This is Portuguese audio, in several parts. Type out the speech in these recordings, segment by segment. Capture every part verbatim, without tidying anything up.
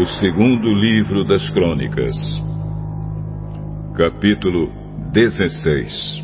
O segundo livro das Crônicas, capítulo dezesseis.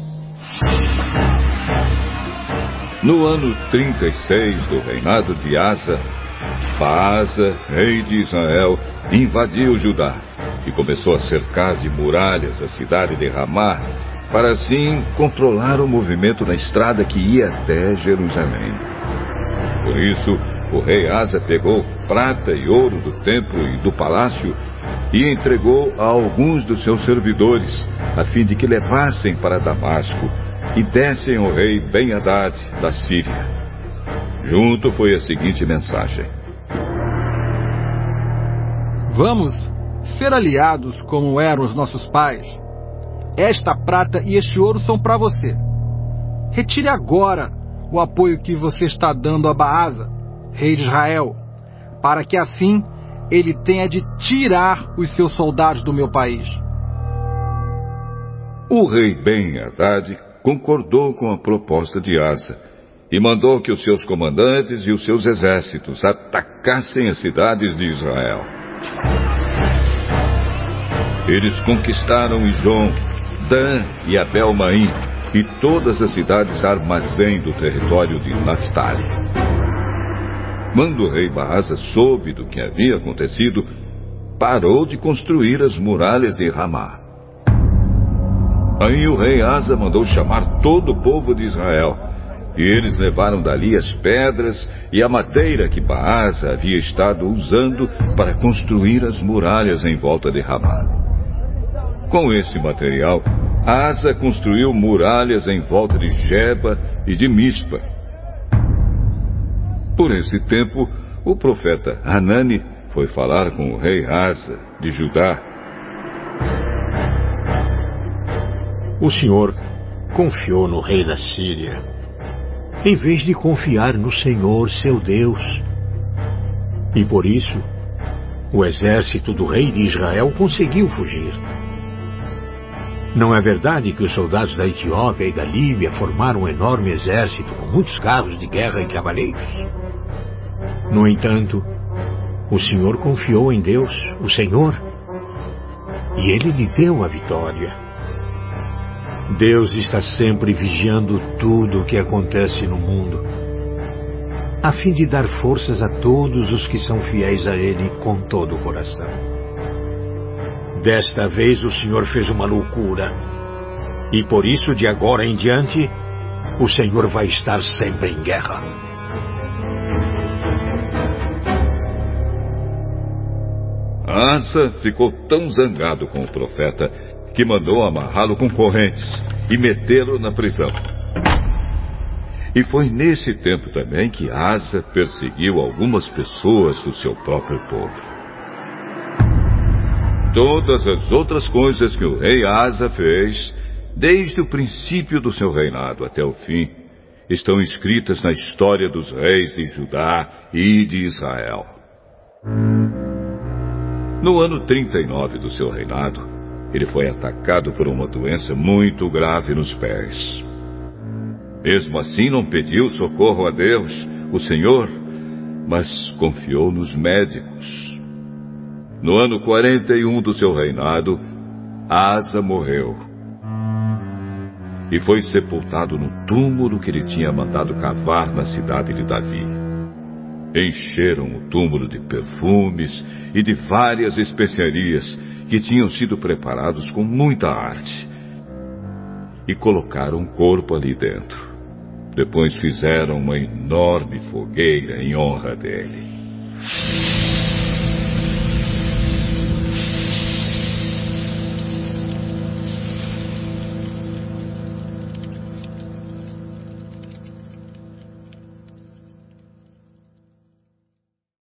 No ano trinta e seis do reinado de Asa, Baasa, rei de Israel, invadiu Judá e começou a cercar de muralhas a cidade de Ramá, para assim controlar o movimento na estrada que ia até Jerusalém. Por isso, o rei Asa pegou prata e ouro do templo e do palácio e entregou a alguns dos seus servidores, a fim de que levassem para Damasco e dessem ao rei Ben-Hadad da Síria. Junto foi a seguinte mensagem: Vamos ser aliados como eram os nossos pais. Esta prata e este ouro são para você. Retire agora o apoio que você está dando a Baasa, rei de Israel, para que assim ele tenha de tirar os seus soldados do meu país. O rei Ben-Hadad concordou com a proposta de Asa e mandou que os seus comandantes e os seus exércitos atacassem as cidades de Israel. Eles conquistaram Ijon, Dan e Abel-Maim e todas as cidades armazém do território de Naftali. Quando o rei Baasa soube do que havia acontecido, parou de construir as muralhas de Ramá. Aí o rei Asa mandou chamar todo o povo de Israel, e eles levaram dali as pedras e a madeira que Baasa havia estado usando para construir as muralhas em volta de Ramá. Com esse material, Asa construiu muralhas em volta de Geba e de Mispa. Por esse tempo, o profeta Hanani foi falar com o rei Asa de Judá. O Senhor confiou no rei da Síria, em vez de confiar no Senhor, seu Deus. E por isso, o exército do rei de Israel conseguiu fugir. Não é verdade que os soldados da Etiópia e da Líbia formaram um enorme exército com muitos carros de guerra e cavaleiros? No entanto, o Senhor confiou em Deus, o Senhor, e Ele lhe deu a vitória. Deus está sempre vigiando tudo o que acontece no mundo, a fim de dar forças a todos os que são fiéis a Ele com todo o coração. Desta vez o Senhor fez uma loucura, e por isso de agora em diante, o Senhor vai estar sempre em guerra. Asa ficou tão zangado com o profeta que mandou amarrá-lo com correntes e metê-lo na prisão. E foi nesse tempo também que Asa perseguiu algumas pessoas do seu próprio povo. Todas as outras coisas que o rei Asa fez, desde o princípio do seu reinado até o fim, estão escritas na história dos reis de Judá e de Israel. No ano trinta e nove do seu reinado, ele foi atacado por uma doença muito grave nos pés. Mesmo assim, não pediu socorro a Deus, o Senhor, mas confiou nos médicos. No ano quarenta e um do seu reinado, Asa morreu e foi sepultado no túmulo que ele tinha mandado cavar na cidade de Davi. Encheram o túmulo de perfumes e de várias especiarias que tinham sido preparados com muita arte e colocaram o corpo ali dentro. Depois fizeram uma enorme fogueira em honra dele.